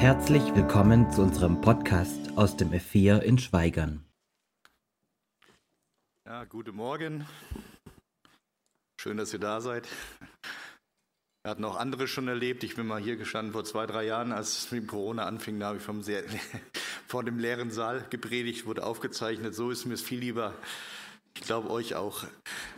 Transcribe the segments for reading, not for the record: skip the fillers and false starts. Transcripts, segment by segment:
Herzlich willkommen zu unserem Podcast aus dem F4 in Schweigern. Ja, guten Morgen. Schön, dass ihr da seid. Wir hatten auch andere schon erlebt. Ich bin mal hier gestanden vor 2-3 Jahren, als es mit Corona anfing. Da habe ich vor dem leeren Saal gepredigt, wurde aufgezeichnet. So ist mir es viel lieber. Ich glaube, euch auch.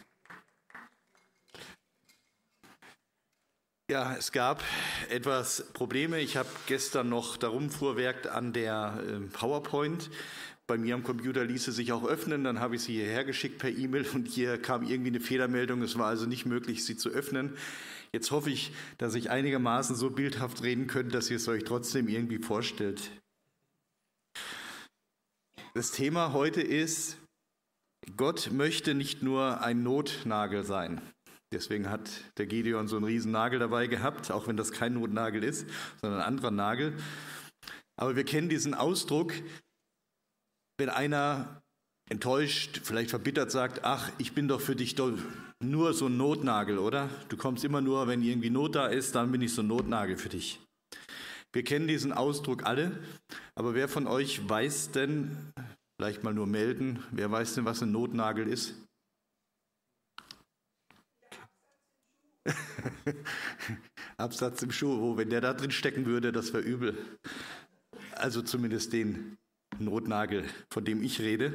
Ja, es gab etwas Probleme. Ich habe gestern noch darum fuhrwerkt an der PowerPoint. Bei mir am Computer ließ sie sich auch öffnen, dann habe ich sie hierher geschickt per E-Mail und hier kam irgendwie eine Fehlermeldung. Es war also nicht möglich, sie zu öffnen. Jetzt hoffe ich, dass ich einigermaßen so bildhaft reden könnte, dass ihr es euch trotzdem irgendwie vorstellt. Das Thema heute ist, Gott möchte nicht nur ein Notnagel sein. Deswegen hat der Gideon so einen riesen Nagel dabei gehabt, auch wenn das kein Notnagel ist, sondern ein anderer Nagel. Aber wir kennen diesen Ausdruck, wenn einer enttäuscht, vielleicht verbittert sagt, ach, ich bin doch für dich doch nur so ein Notnagel, oder? Du kommst immer nur, wenn irgendwie Not da ist, dann bin ich so ein Notnagel für dich. Wir kennen diesen Ausdruck alle, aber wer von euch weiß denn, vielleicht mal nur melden, wer weiß denn, was ein Notnagel ist? Absatz im Schuh, oh, wenn der da drin stecken würde, das wäre übel. Also zumindest den Notnagel, von dem ich rede.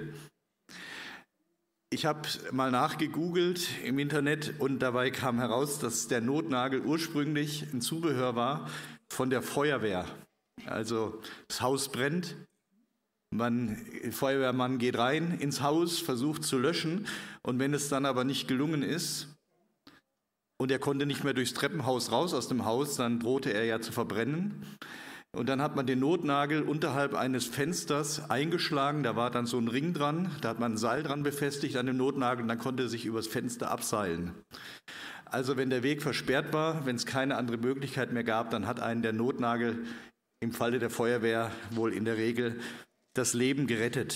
Ich habe mal nachgegoogelt im Internet und dabei kam heraus, dass der Notnagel ursprünglich ein Zubehör war von der Feuerwehr. Also das Haus brennt, Feuerwehrmann geht rein ins Haus, versucht zu löschen und wenn es dann aber nicht gelungen ist und er konnte nicht mehr durchs Treppenhaus raus aus dem Haus, dann drohte er ja zu verbrennen. Und dann hat man den Notnagel unterhalb eines Fensters eingeschlagen, da war dann so ein Ring dran, da hat man ein Seil dran befestigt an dem Notnagel und dann konnte er sich übers Fenster abseilen. Also wenn der Weg versperrt war, wenn es keine andere Möglichkeit mehr gab, dann hat einen der Notnagel im Falle der Feuerwehr wohl in der Regel das Leben gerettet.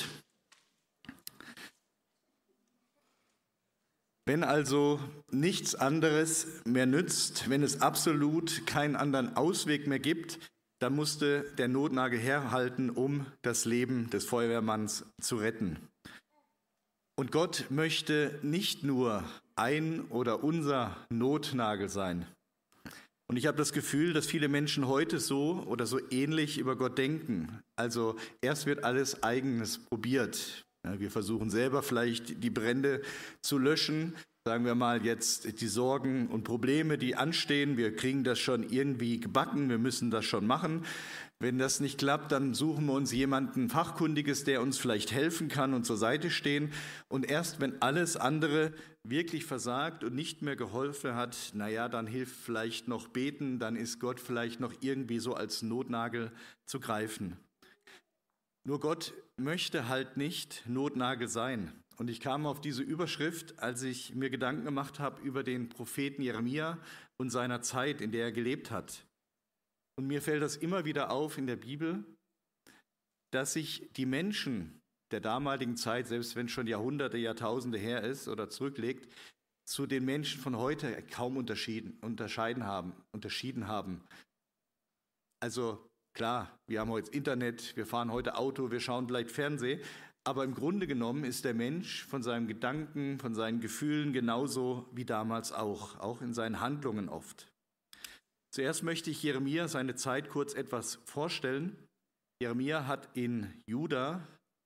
Wenn also nichts anderes mehr nützt, wenn es absolut keinen anderen Ausweg mehr gibt, dann musste der Notnagel herhalten, um das Leben des Feuerwehrmanns zu retten. Und Gott möchte nicht nur ein oder unser Notnagel sein. Und ich habe das Gefühl, dass viele Menschen heute so oder so ähnlich über Gott denken. Also erst wird alles Eigenes probiert. Wir versuchen selber vielleicht die Brände zu löschen. Sagen wir mal jetzt die Sorgen und Probleme, die anstehen. Wir kriegen das schon irgendwie gebacken, wir müssen das schon machen. Wenn das nicht klappt, dann suchen wir uns jemanden Fachkundiges, der uns vielleicht helfen kann und zur Seite stehen. Und erst wenn alles andere wirklich versagt und nicht mehr geholfen hat, dann hilft vielleicht noch beten, dann ist Gott vielleicht noch irgendwie so als Notnagel zu greifen. Nur Gott möchte halt nicht Notnagel sein. Und ich kam auf diese Überschrift, als ich mir Gedanken gemacht habe über den Propheten Jeremia und seiner Zeit, in der er gelebt hat. Und mir fällt das immer wieder auf in der Bibel, dass sich die Menschen der damaligen Zeit, selbst wenn es schon Jahrhunderte, Jahrtausende her ist oder zurücklegt, zu den Menschen von heute kaum unterschieden haben. Also klar, wir haben heute Internet, wir fahren heute Auto, wir schauen vielleicht Fernsehen, aber im Grunde genommen ist der Mensch von seinen Gedanken, von seinen Gefühlen genauso wie damals auch in seinen Handlungen oft. Zuerst möchte ich Jeremia seine Zeit kurz etwas vorstellen. Jeremia hat in Juda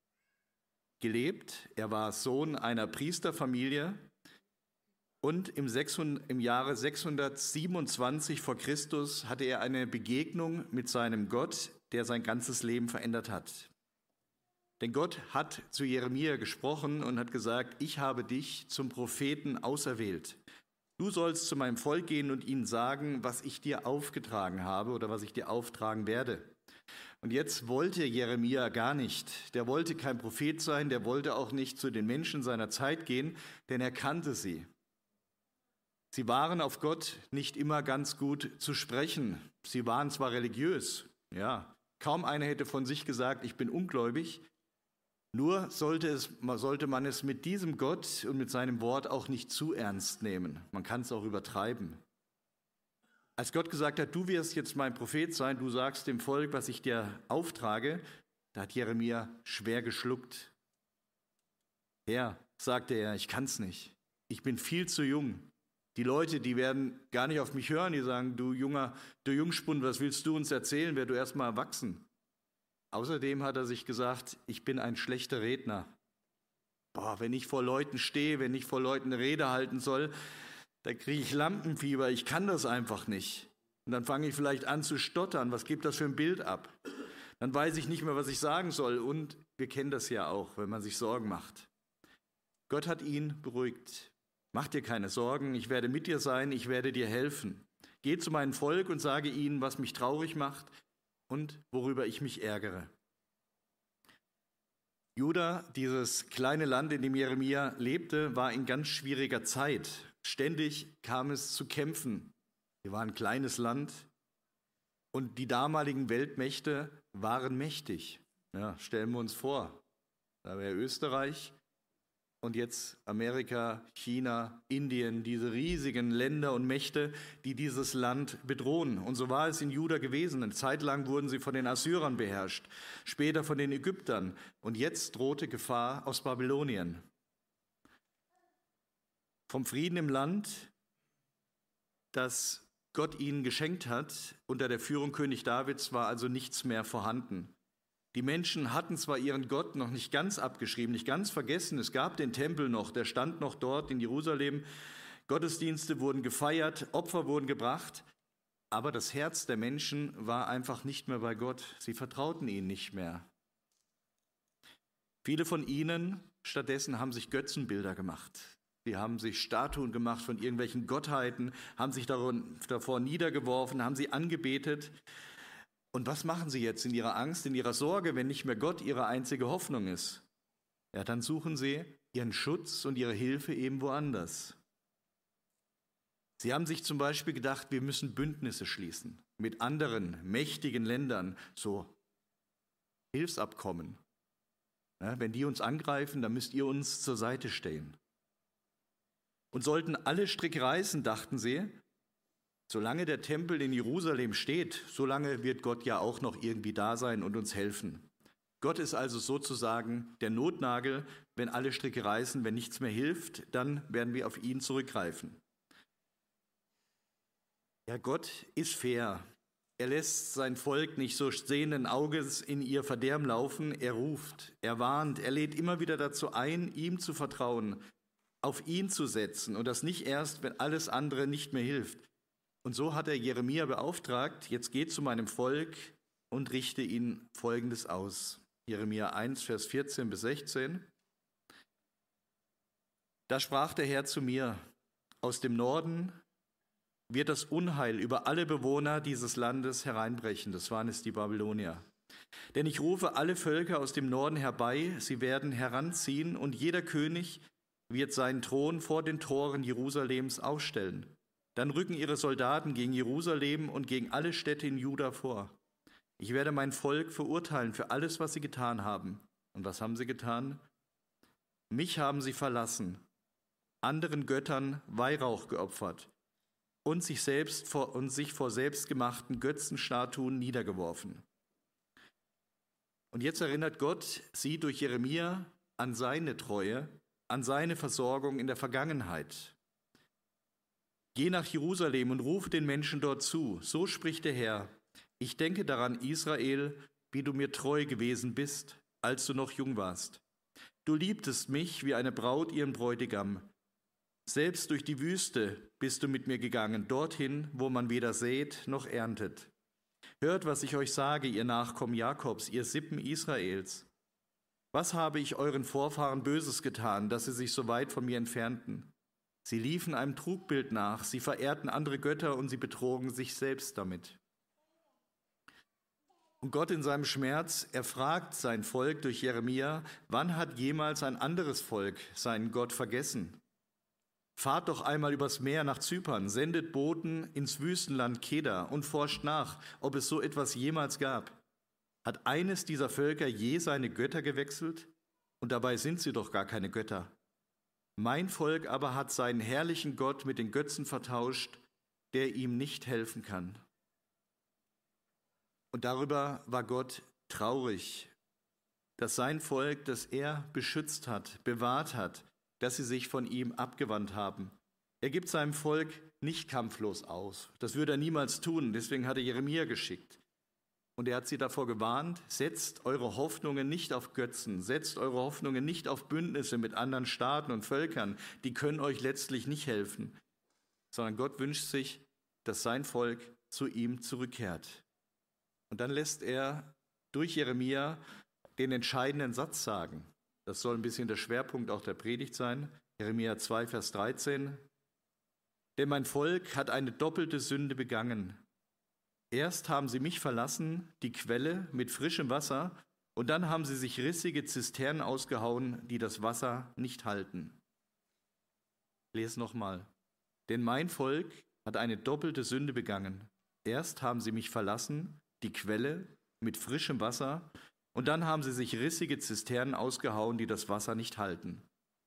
gelebt, er war Sohn einer Priesterfamilie und im Jahre 627 vor Christus hatte er eine Begegnung mit seinem Gott, der sein ganzes Leben verändert hat. Denn Gott hat zu Jeremia gesprochen und hat gesagt, ich habe dich zum Propheten auserwählt. Du sollst zu meinem Volk gehen und ihnen sagen, was ich dir aufgetragen habe oder was ich dir auftragen werde. Und jetzt wollte Jeremia gar nicht. Der wollte kein Prophet sein, der wollte auch nicht zu den Menschen seiner Zeit gehen, denn er kannte sie. Sie waren auf Gott nicht immer ganz gut zu sprechen. Sie waren zwar religiös, ja, kaum einer hätte von sich gesagt, ich bin ungläubig. Nur sollte man es mit diesem Gott und mit seinem Wort auch nicht zu ernst nehmen. Man kann es auch übertreiben. Als Gott gesagt hat, du wirst jetzt mein Prophet sein, du sagst dem Volk, was ich dir auftrage, da hat Jeremia schwer geschluckt. Herr, sagte er, ich kann's nicht. Ich bin viel zu jung. Die Leute, die werden gar nicht auf mich hören, die sagen, du Jungspund, was willst du uns erzählen, werd du erst mal erwachsen. Außerdem hat er sich gesagt, ich bin ein schlechter Redner. Wenn ich vor Leuten stehe, wenn ich vor Leuten eine Rede halten soll, da kriege ich Lampenfieber, ich kann das einfach nicht. Und dann fange ich vielleicht an zu stottern, was gibt das für ein Bild ab? Dann weiß ich nicht mehr, was ich sagen soll. Und wir kennen das ja auch, wenn man sich Sorgen macht. Gott hat ihn beruhigt. Mach dir keine Sorgen, ich werde mit dir sein, ich werde dir helfen. Geh zu meinem Volk und sage ihnen, was mich traurig macht und worüber ich mich ärgere. Juda, dieses kleine Land, in dem Jeremia lebte, war in ganz schwieriger Zeit. Ständig kam es zu Kämpfen. Wir waren ein kleines Land und die damaligen Weltmächte waren mächtig. Ja, stellen wir uns vor, da wäre Österreich und jetzt Amerika, China, Indien, diese riesigen Länder und Mächte, die dieses Land bedrohen. Und so war es in Juda gewesen. Eine Zeit lang wurden sie von den Assyrern beherrscht, später von den Ägyptern. Und jetzt drohte Gefahr aus Babylonien. Vom Frieden im Land, das Gott ihnen geschenkt hat, unter der Führung König Davids, war also nichts mehr vorhanden. Die Menschen hatten zwar ihren Gott noch nicht ganz abgeschrieben, nicht ganz vergessen, es gab den Tempel noch, der stand noch dort in Jerusalem, Gottesdienste wurden gefeiert, Opfer wurden gebracht, aber das Herz der Menschen war einfach nicht mehr bei Gott, sie vertrauten ihm nicht mehr. Viele von ihnen stattdessen haben sich Götzenbilder gemacht. Sie haben sich Statuen gemacht von irgendwelchen Gottheiten, haben sich davor niedergeworfen, haben sie angebetet. Und was machen sie jetzt in ihrer Angst, in ihrer Sorge, wenn nicht mehr Gott ihre einzige Hoffnung ist? Ja, dann suchen sie ihren Schutz und ihre Hilfe eben woanders. Sie haben sich zum Beispiel gedacht, wir müssen Bündnisse schließen mit anderen mächtigen Ländern, so Hilfsabkommen. Ja, wenn die uns angreifen, dann müsst ihr uns zur Seite stehen. Und sollten alle Stricke reißen, dachten sie, solange der Tempel in Jerusalem steht, solange wird Gott ja auch noch irgendwie da sein und uns helfen. Gott ist also sozusagen der Notnagel, wenn alle Stricke reißen, wenn nichts mehr hilft, dann werden wir auf ihn zurückgreifen. Ja, Gott ist fair. Er lässt sein Volk nicht so sehenden Auges in ihr Verderben laufen. Er ruft, er warnt, er lädt immer wieder dazu ein, ihm zu vertrauen, auf ihn zu setzen und das nicht erst, wenn alles andere nicht mehr hilft. Und so hat er Jeremia beauftragt, jetzt geh zu meinem Volk und richte ihnen Folgendes aus. Jeremia 1, Vers 14 bis 16. Da sprach der Herr zu mir, aus dem Norden wird das Unheil über alle Bewohner dieses Landes hereinbrechen. Das waren es die Babylonier. Denn ich rufe alle Völker aus dem Norden herbei, sie werden heranziehen und jeder König wird seinen Thron vor den Toren Jerusalems aufstellen. Dann rücken ihre Soldaten gegen Jerusalem und gegen alle Städte in Juda vor. Ich werde mein Volk verurteilen für alles, was sie getan haben. Und was haben sie getan? Mich haben sie verlassen, anderen Göttern Weihrauch geopfert und sich vor selbstgemachten Götzenstatuen niedergeworfen. Und jetzt erinnert Gott sie durch Jeremia an seine Treue, an seine Versorgung in der Vergangenheit. Geh nach Jerusalem und rufe den Menschen dort zu. So spricht der Herr. Ich denke daran, Israel, wie du mir treu gewesen bist, als du noch jung warst. Du liebtest mich wie eine Braut ihren Bräutigam. Selbst durch die Wüste bist du mit mir gegangen, dorthin, wo man weder sät noch erntet. Hört, was ich euch sage, ihr Nachkommen Jakobs, ihr Sippen Israels. Was habe ich euren Vorfahren Böses getan, dass sie sich so weit von mir entfernten? Sie liefen einem Trugbild nach, sie verehrten andere Götter und sie betrogen sich selbst damit. Und Gott in seinem Schmerz erfragt sein Volk durch Jeremia, wann hat jemals ein anderes Volk seinen Gott vergessen? Fahrt doch einmal übers Meer nach Zypern, sendet Boten ins Wüstenland Kedar und forscht nach, ob es so etwas jemals gab. Hat eines dieser Völker je seine Götter gewechselt? Und dabei sind sie doch gar keine Götter. Mein Volk aber hat seinen herrlichen Gott mit den Götzen vertauscht der ihm nicht helfen kann. Und darüber war Gott traurig, dass sein Volk, das er beschützt hat, bewahrt hat, dass sie sich von ihm abgewandt haben. Er gibt seinem Volk nicht kampflos aus. Das würde er niemals tun, deswegen hat er Jeremia geschickt. Und er hat sie davor gewarnt, setzt eure Hoffnungen nicht auf Götzen, setzt eure Hoffnungen nicht auf Bündnisse mit anderen Staaten und Völkern, die können euch letztlich nicht helfen, sondern Gott wünscht sich, dass sein Volk zu ihm zurückkehrt. Und dann lässt er durch Jeremia den entscheidenden Satz sagen. Das soll ein bisschen der Schwerpunkt auch der Predigt sein. Jeremia 2, Vers 13. Denn mein Volk hat eine doppelte Sünde begangen. Erst haben sie mich verlassen, die Quelle mit frischem Wasser, und dann haben sie sich rissige Zisternen ausgehauen, die das Wasser nicht halten. Ich lese nochmal. Denn mein Volk hat eine doppelte Sünde begangen. Erst haben sie mich verlassen, die Quelle mit frischem Wasser, und dann haben sie sich rissige Zisternen ausgehauen, die das Wasser nicht halten.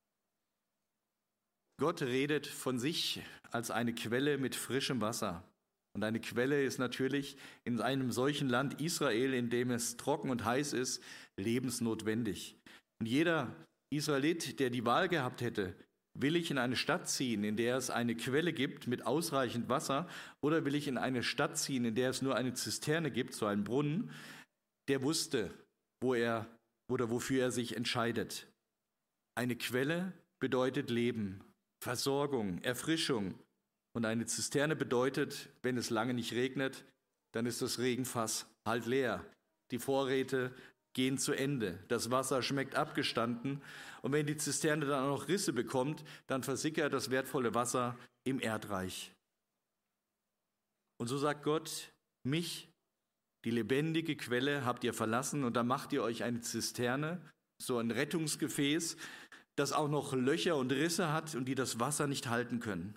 Gott redet von sich als eine Quelle mit frischem Wasser. Und eine Quelle ist natürlich in einem solchen Land Israel, in dem es trocken und heiß ist, lebensnotwendig. Und jeder Israelit, der die Wahl gehabt hätte, will ich in eine Stadt ziehen, in der es eine Quelle gibt mit ausreichend Wasser, oder will ich in eine Stadt ziehen, in der es nur eine Zisterne gibt, so einen Brunnen, der wusste, wofür er sich entscheidet. Eine Quelle bedeutet Leben, Versorgung, Erfrischung. Und eine Zisterne bedeutet, wenn es lange nicht regnet, dann ist das Regenfass halt leer. Die Vorräte gehen zu Ende. Das Wasser schmeckt abgestanden. Und wenn die Zisterne dann auch noch Risse bekommt, dann versickert das wertvolle Wasser im Erdreich. Und so sagt Gott, mich, die lebendige Quelle, habt ihr verlassen, und da macht ihr euch eine Zisterne, so ein Rettungsgefäß, das auch noch Löcher und Risse hat und die das Wasser nicht halten können.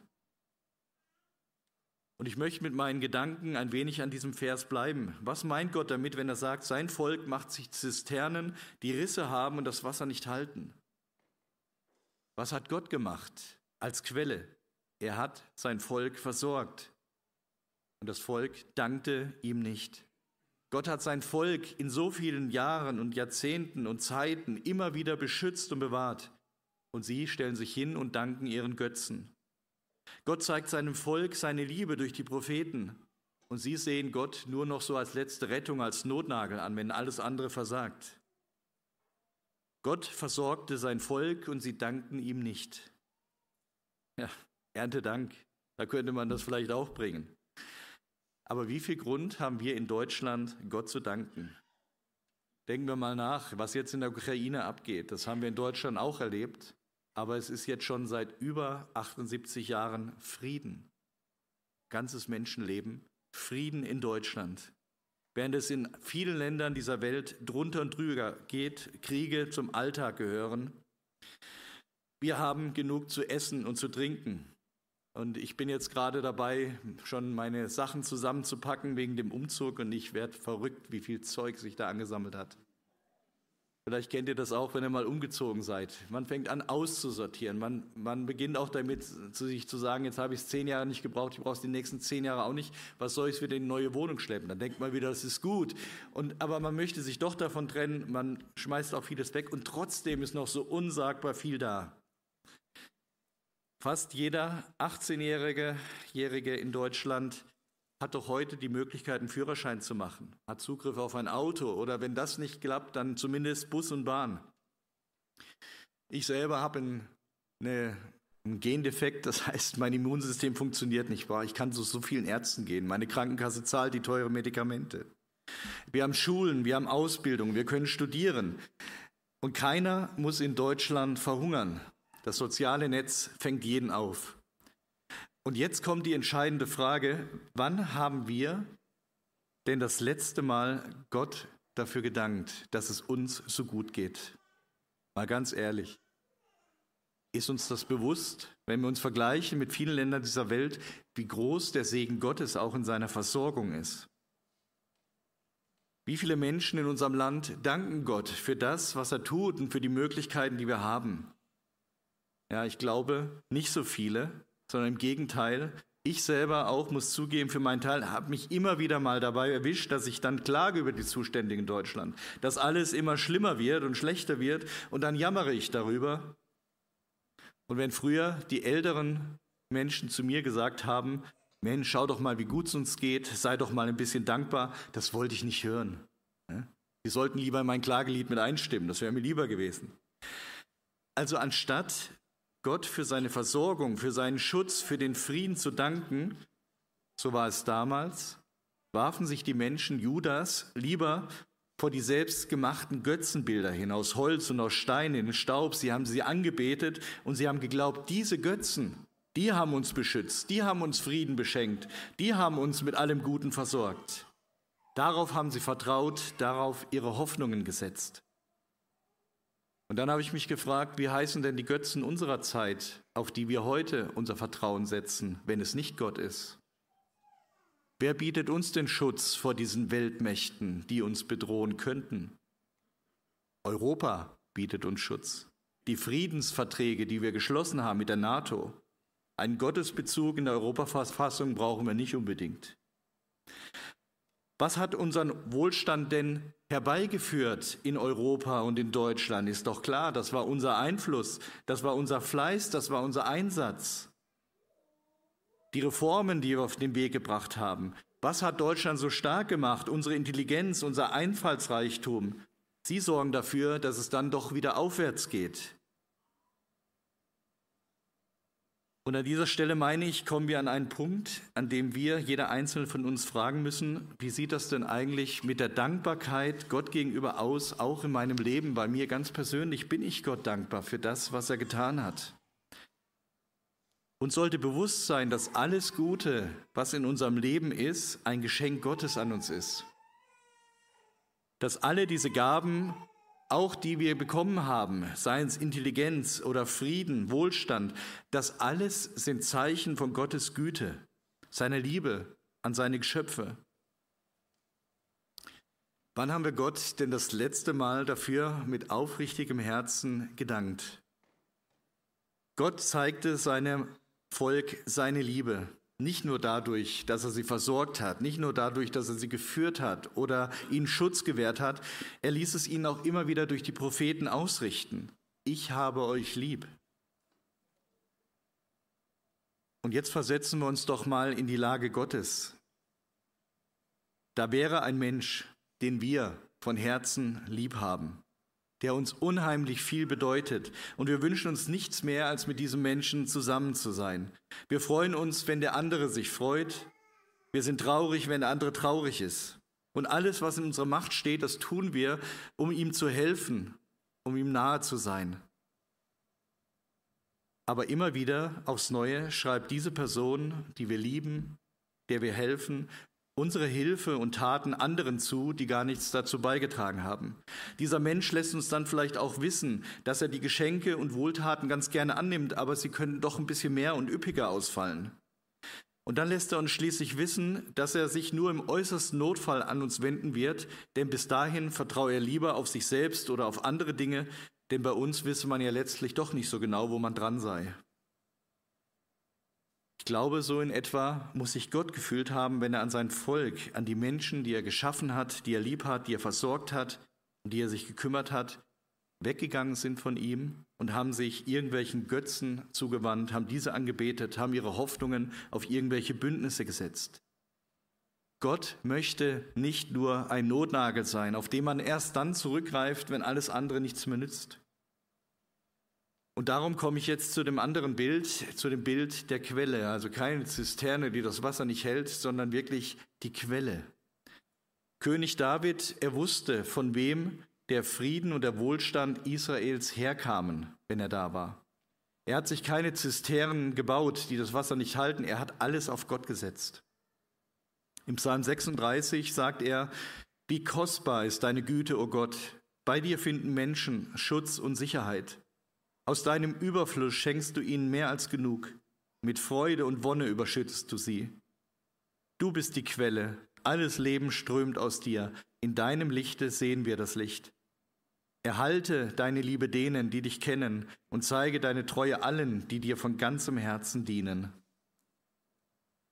Und ich möchte mit meinen Gedanken ein wenig an diesem Vers bleiben. Was meint Gott damit, wenn er sagt, sein Volk macht sich Zisternen, die Risse haben und das Wasser nicht halten? Was hat Gott gemacht als Quelle? Er hat sein Volk versorgt. Und das Volk dankte ihm nicht. Gott hat sein Volk in so vielen Jahren und Jahrzehnten und Zeiten immer wieder beschützt und bewahrt. Und sie stellen sich hin und danken ihren Götzen. Gott zeigt seinem Volk seine Liebe durch die Propheten. Und sie sehen Gott nur noch so als letzte Rettung, als Notnagel an, wenn alles andere versagt. Gott versorgte sein Volk und sie dankten ihm nicht. Ja, Erntedank, da könnte man das vielleicht auch bringen. Aber wie viel Grund haben wir in Deutschland, Gott zu danken? Denken wir mal nach, was jetzt in der Ukraine abgeht. Das haben wir in Deutschland auch erlebt. Aber es ist jetzt schon seit über 78 Jahren Frieden. Ganzes Menschenleben, Frieden in Deutschland. Während es in vielen Ländern dieser Welt drunter und drüber geht, Kriege zum Alltag gehören. Wir haben genug zu essen und zu trinken. Und ich bin jetzt gerade dabei, schon meine Sachen zusammenzupacken wegen dem Umzug. Und ich werde verrückt, wie viel Zeug sich da angesammelt hat. Vielleicht kennt ihr das auch, wenn ihr mal umgezogen seid. Man fängt an auszusortieren. Man beginnt auch damit, sich zu sagen, jetzt habe ich es 10 Jahre nicht gebraucht, ich brauche es die nächsten 10 Jahre auch nicht. Was soll ich wieder in eine neue Wohnung schleppen? Dann denkt man wieder, das ist gut. Aber man möchte sich doch davon trennen, man schmeißt auch vieles weg und trotzdem ist noch so unsagbar viel da. Fast jeder 18-Jährige in Deutschland hat doch heute die Möglichkeit, einen Führerschein zu machen, hat Zugriff auf ein Auto oder wenn das nicht klappt, dann zumindest Bus und Bahn. Ich selber habe einen Gendefekt, das heißt, mein Immunsystem funktioniert nicht. Ich kann zu so vielen Ärzten gehen, meine Krankenkasse zahlt die teuren Medikamente. Wir haben Schulen, wir haben Ausbildung, wir können studieren und keiner muss in Deutschland verhungern. Das soziale Netz fängt jeden auf. Und jetzt kommt die entscheidende Frage, wann haben wir denn das letzte Mal Gott dafür gedankt, dass es uns so gut geht? Mal ganz ehrlich, ist uns das bewusst, wenn wir uns vergleichen mit vielen Ländern dieser Welt, wie groß der Segen Gottes auch in seiner Versorgung ist? Wie viele Menschen in unserem Land danken Gott für das, was er tut und für die Möglichkeiten, die wir haben? Ja, ich glaube, nicht so viele, sondern im Gegenteil, Ich selber auch, muss zugeben, für meinen Teil, habe mich immer wieder mal dabei erwischt, dass ich dann klage über die Zustände in Deutschland, dass alles immer schlimmer wird und schlechter wird und dann jammere ich darüber. Und wenn früher die älteren Menschen zu mir gesagt haben, Mensch, schau doch mal, wie gut es uns geht, sei doch mal ein bisschen dankbar, das wollte ich nicht hören. Sie sollten lieber in mein Klagelied mit einstimmen, das wäre mir lieber gewesen. Also anstatt Gott für seine Versorgung, für seinen Schutz, für den Frieden zu danken, so war es damals, warfen sich die Menschen Judas lieber vor die selbstgemachten Götzenbilder hin, aus Holz und aus Stein in den Staub. Sie haben sie angebetet und sie haben geglaubt, diese Götzen, die haben uns beschützt, die haben uns Frieden beschenkt, die haben uns mit allem Guten versorgt. Darauf haben sie vertraut, darauf ihre Hoffnungen gesetzt. Und dann habe ich mich gefragt, wie heißen denn die Götzen unserer Zeit, auf die wir heute unser Vertrauen setzen, wenn es nicht Gott ist? Wer bietet uns den Schutz vor diesen Weltmächten, die uns bedrohen könnten? Europa bietet uns Schutz. Die Friedensverträge, die wir geschlossen haben mit der NATO. Einen Gottesbezug in der Europaverfassung brauchen wir nicht unbedingt. Was hat unseren Wohlstand denn herbeigeführt in Europa und in Deutschland? Ist doch klar, das war unser Einfluss, das war unser Fleiß, das war unser Einsatz. Die Reformen, die wir auf den Weg gebracht haben. Was hat Deutschland so stark gemacht? Unsere Intelligenz, unser Einfallsreichtum. Sie sorgen dafür, dass es dann doch wieder aufwärts geht. Und an dieser Stelle, meine ich, kommen wir an einen Punkt, an dem wir, jeder Einzelne von uns, fragen müssen, wie sieht das denn eigentlich mit der Dankbarkeit Gott gegenüber aus, auch in meinem Leben? Bei mir ganz persönlich bin ich Gott dankbar für das, was er getan hat. Uns sollte bewusst sein, dass alles Gute, was in unserem Leben ist, ein Geschenk Gottes an uns ist. Dass alle diese Gaben, auch die wir bekommen haben, seien es Intelligenz oder Frieden, Wohlstand, das alles sind Zeichen von Gottes Güte, seiner Liebe an seine Geschöpfe. Wann haben wir Gott denn das letzte Mal dafür mit aufrichtigem Herzen gedankt? Gott zeigte seinem Volk seine Liebe. Nicht nur dadurch, dass er sie versorgt hat, nicht nur dadurch, dass er sie geführt hat oder ihnen Schutz gewährt hat, er ließ es ihnen auch immer wieder durch die Propheten ausrichten. Ich habe euch lieb. Und jetzt versetzen wir uns doch mal in die Lage Gottes. Da wäre ein Mensch, den wir von Herzen lieb haben, der uns unheimlich viel bedeutet. Und wir wünschen uns nichts mehr, als mit diesem Menschen zusammen zu sein. Wir freuen uns, wenn der andere sich freut. Wir sind traurig, wenn der andere traurig ist. Und alles, was in unserer Macht steht, das tun wir, um ihm zu helfen, um ihm nahe zu sein. Aber immer wieder aufs Neue schreibt diese Person, die wir lieben, der wir helfen, unsere Hilfe und Taten anderen zu, die gar nichts dazu beigetragen haben. Dieser Mensch lässt uns dann vielleicht auch wissen, dass er die Geschenke und Wohltaten ganz gerne annimmt, aber sie können doch ein bisschen mehr und üppiger ausfallen. Und dann lässt er uns schließlich wissen, dass er sich nur im äußersten Notfall an uns wenden wird, denn bis dahin vertraue er lieber auf sich selbst oder auf andere Dinge, denn bei uns wisse man ja letztlich doch nicht so genau, wo man dran sei. Ich glaube, so in etwa muss sich Gott gefühlt haben, wenn er an sein Volk, an die Menschen, die er geschaffen hat, die er lieb hat, die er versorgt hat, um die er sich gekümmert hat, weggegangen sind von ihm und haben sich irgendwelchen Götzen zugewandt, haben diese angebetet, haben ihre Hoffnungen auf irgendwelche Bündnisse gesetzt. Gott möchte nicht nur ein Notnagel sein, auf den man erst dann zurückgreift, wenn alles andere nichts mehr nützt. Und darum komme ich jetzt zu dem anderen Bild, zu dem Bild der Quelle. Also keine Zisterne, die das Wasser nicht hält, sondern wirklich die Quelle. König David, er wusste, von wem der Frieden und der Wohlstand Israels herkamen, wenn er da war. Er hat sich keine Zisternen gebaut, die das Wasser nicht halten. Er hat alles auf Gott gesetzt. Im Psalm 36 sagt er, wie kostbar ist deine Güte, o Gott. Bei dir finden Menschen Schutz und Sicherheit. Aus deinem Überfluss schenkst du ihnen mehr als genug. Mit Freude und Wonne überschüttest du sie. Du bist die Quelle. Alles Leben strömt aus dir. In deinem Lichte sehen wir das Licht. Erhalte deine Liebe denen, die dich kennen, und zeige deine Treue allen, die dir von ganzem Herzen dienen.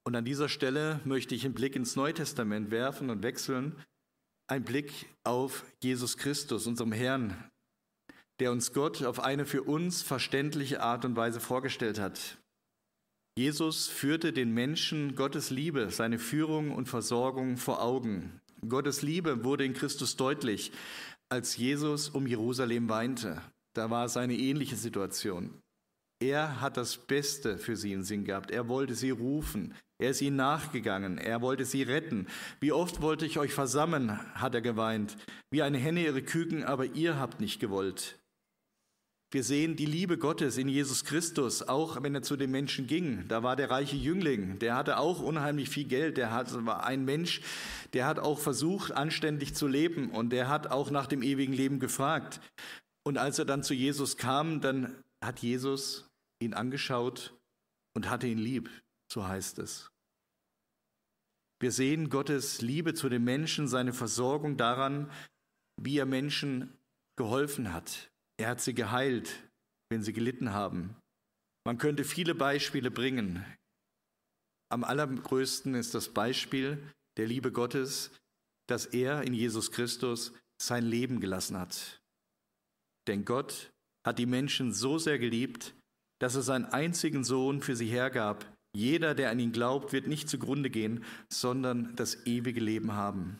Und an dieser Stelle möchte ich einen Blick ins Neue Testament werfen und wechseln. Ein Blick auf Jesus Christus, unserem Herrn, der uns Gott auf eine für uns verständliche Art und Weise vorgestellt hat. Jesus führte den Menschen Gottes Liebe, seine Führung und Versorgung vor Augen. Gottes Liebe wurde in Christus deutlich, als Jesus um Jerusalem weinte. Da war es eine ähnliche Situation. Er hat das Beste für sie im Sinn gehabt. Er wollte sie rufen. Er ist ihnen nachgegangen. Er wollte sie retten. Wie oft wollte ich euch versammeln, hat er geweint. Wie eine Henne ihre Küken, aber ihr habt nicht gewollt. Wir sehen die Liebe Gottes in Jesus Christus, auch wenn er zu den Menschen ging. Da war der reiche Jüngling, der hatte auch unheimlich viel Geld. War ein Mensch, der hat auch versucht, anständig zu leben. Und der hat auch nach dem ewigen Leben gefragt. Und als er dann zu Jesus kam, dann hat Jesus ihn angeschaut und hatte ihn lieb, so heißt es. Wir sehen Gottes Liebe zu den Menschen, seine Versorgung daran, wie er Menschen geholfen hat. Er hat sie geheilt, wenn sie gelitten haben. Man könnte viele Beispiele bringen. Am allergrößten ist das Beispiel der Liebe Gottes, dass er in Jesus Christus sein Leben gelassen hat. Denn Gott hat die Menschen so sehr geliebt, dass er seinen einzigen Sohn für sie hergab. Jeder, der an ihn glaubt, wird nicht zugrunde gehen, sondern das ewige Leben haben.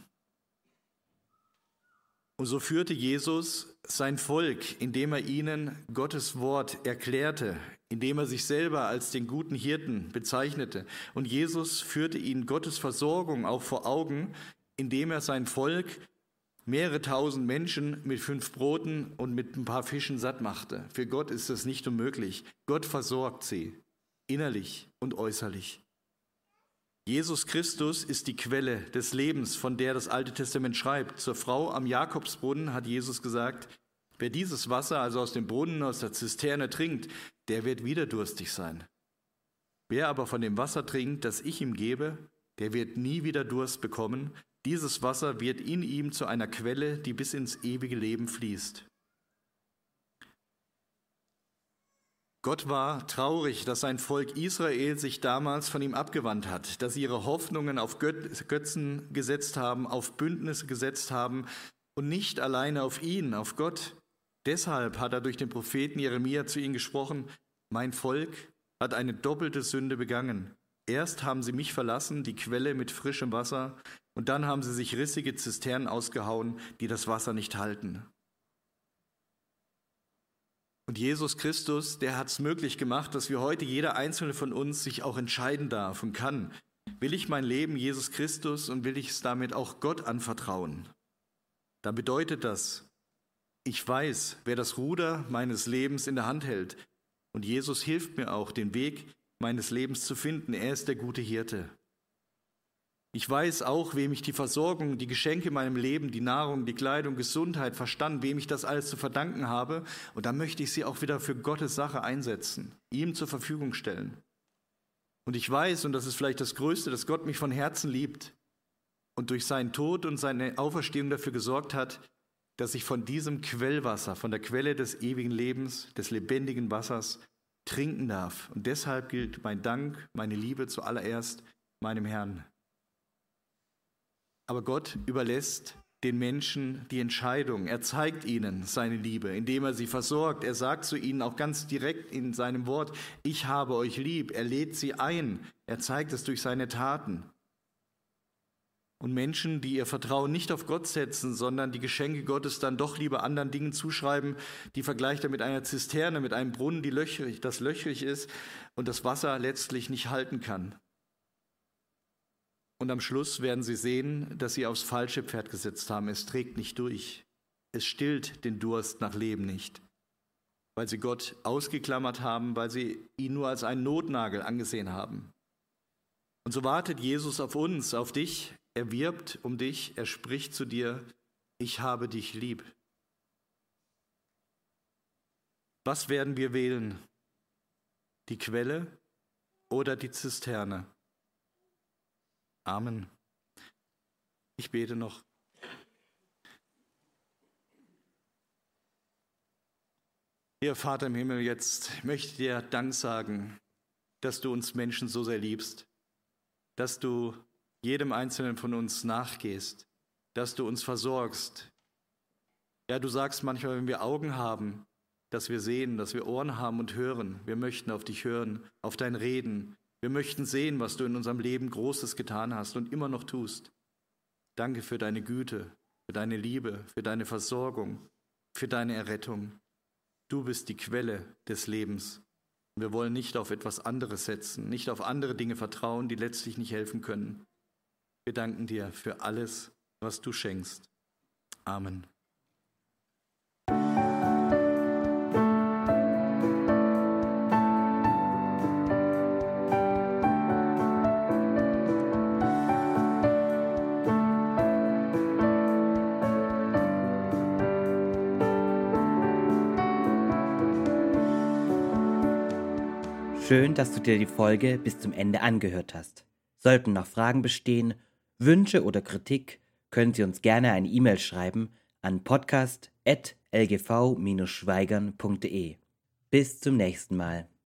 Und so führte Jesus sein Volk, indem er ihnen Gottes Wort erklärte, indem er sich selber als den guten Hirten bezeichnete. Und Jesus führte ihnen Gottes Versorgung auch vor Augen, indem er sein Volk, mehrere tausend Menschen mit 5 Broten und mit ein paar Fischen satt machte. Für Gott ist das nicht unmöglich. Gott versorgt sie, innerlich und äußerlich. Jesus Christus ist die Quelle des Lebens, von der das Alte Testament schreibt. Zur Frau am Jakobsbrunnen hat Jesus gesagt, wer dieses Wasser, also aus dem Brunnen, aus der Zisterne trinkt, der wird wieder durstig sein. Wer aber von dem Wasser trinkt, das ich ihm gebe, der wird nie wieder Durst bekommen. Dieses Wasser wird in ihm zu einer Quelle, die bis ins ewige Leben fließt. Gott war traurig, dass sein Volk Israel sich damals von ihm abgewandt hat, dass sie ihre Hoffnungen auf Götzen gesetzt haben, auf Bündnisse gesetzt haben und nicht alleine auf ihn, auf Gott. Deshalb hat er durch den Propheten Jeremia zu ihnen gesprochen, mein Volk hat eine doppelte Sünde begangen. Erst haben sie mich verlassen, die Quelle mit frischem Wasser, und dann haben sie sich rissige Zisternen ausgehauen, die das Wasser nicht halten. Und Jesus Christus, der hat es möglich gemacht, dass wir heute, jeder Einzelne von uns, sich auch entscheiden darf und kann. Will ich mein Leben Jesus Christus und will ich es damit auch Gott anvertrauen? Dann bedeutet das, ich weiß, wer das Ruder meines Lebens in der Hand hält. Und Jesus hilft mir auch, den Weg meines Lebens zu finden. Er ist der gute Hirte. Ich weiß auch, wem ich die Versorgung, die Geschenke in meinem Leben, die Nahrung, die Kleidung, Gesundheit, Verstand, wem ich das alles zu verdanken habe. Und dann möchte ich sie auch wieder für Gottes Sache einsetzen, ihm zur Verfügung stellen. Und ich weiß, und das ist vielleicht das Größte, dass Gott mich von Herzen liebt und durch seinen Tod und seine Auferstehung dafür gesorgt hat, dass ich von diesem Quellwasser, von der Quelle des ewigen Lebens, des lebendigen Wassers trinken darf. Und deshalb gilt mein Dank, meine Liebe zuallererst meinem Herrn. Aber Gott überlässt den Menschen die Entscheidung. Er zeigt ihnen seine Liebe, indem er sie versorgt. Er sagt zu ihnen auch ganz direkt in seinem Wort, ich habe euch lieb. Er lädt sie ein. Er zeigt es durch seine Taten. Und Menschen, die ihr Vertrauen nicht auf Gott setzen, sondern die Geschenke Gottes dann doch lieber anderen Dingen zuschreiben, die vergleicht er mit einer Zisterne, mit einem Brunnen, das löchrig ist und das Wasser letztlich nicht halten kann. Und am Schluss werden sie sehen, dass sie aufs falsche Pferd gesetzt haben. Es trägt nicht durch. Es stillt den Durst nach Leben nicht. Weil sie Gott ausgeklammert haben, weil sie ihn nur als einen Notnagel angesehen haben. Und so wartet Jesus auf uns, auf dich. Er wirbt um dich, er spricht zu dir, ich habe dich lieb. Was werden wir wählen? Die Quelle oder die Zisterne? Amen. Ich bete noch. Ihr Vater im Himmel, jetzt möchte ich dir Dank sagen, dass du uns Menschen so sehr liebst. dass du jedem Einzelnen von uns nachgehst, dass du uns versorgst. Ja, du sagst manchmal, wenn wir Augen haben, dass wir sehen, dass wir Ohren haben und hören. Wir möchten auf dich hören, auf dein Reden. Wir möchten sehen, was du in unserem Leben Großes getan hast und immer noch tust. Danke für deine Güte, für deine Liebe, für deine Versorgung, für deine Errettung. Du bist die Quelle des Lebens. Wir wollen nicht auf etwas anderes setzen, nicht auf andere Dinge vertrauen, die letztlich nicht helfen können. Wir danken dir für alles, was du schenkst. Amen. Schön, dass du dir die Folge bis zum Ende angehört hast. Sollten noch Fragen bestehen, Wünsche oder Kritik, können Sie uns gerne eine E-Mail schreiben an podcast@lgv-schweigern.de. Bis zum nächsten Mal.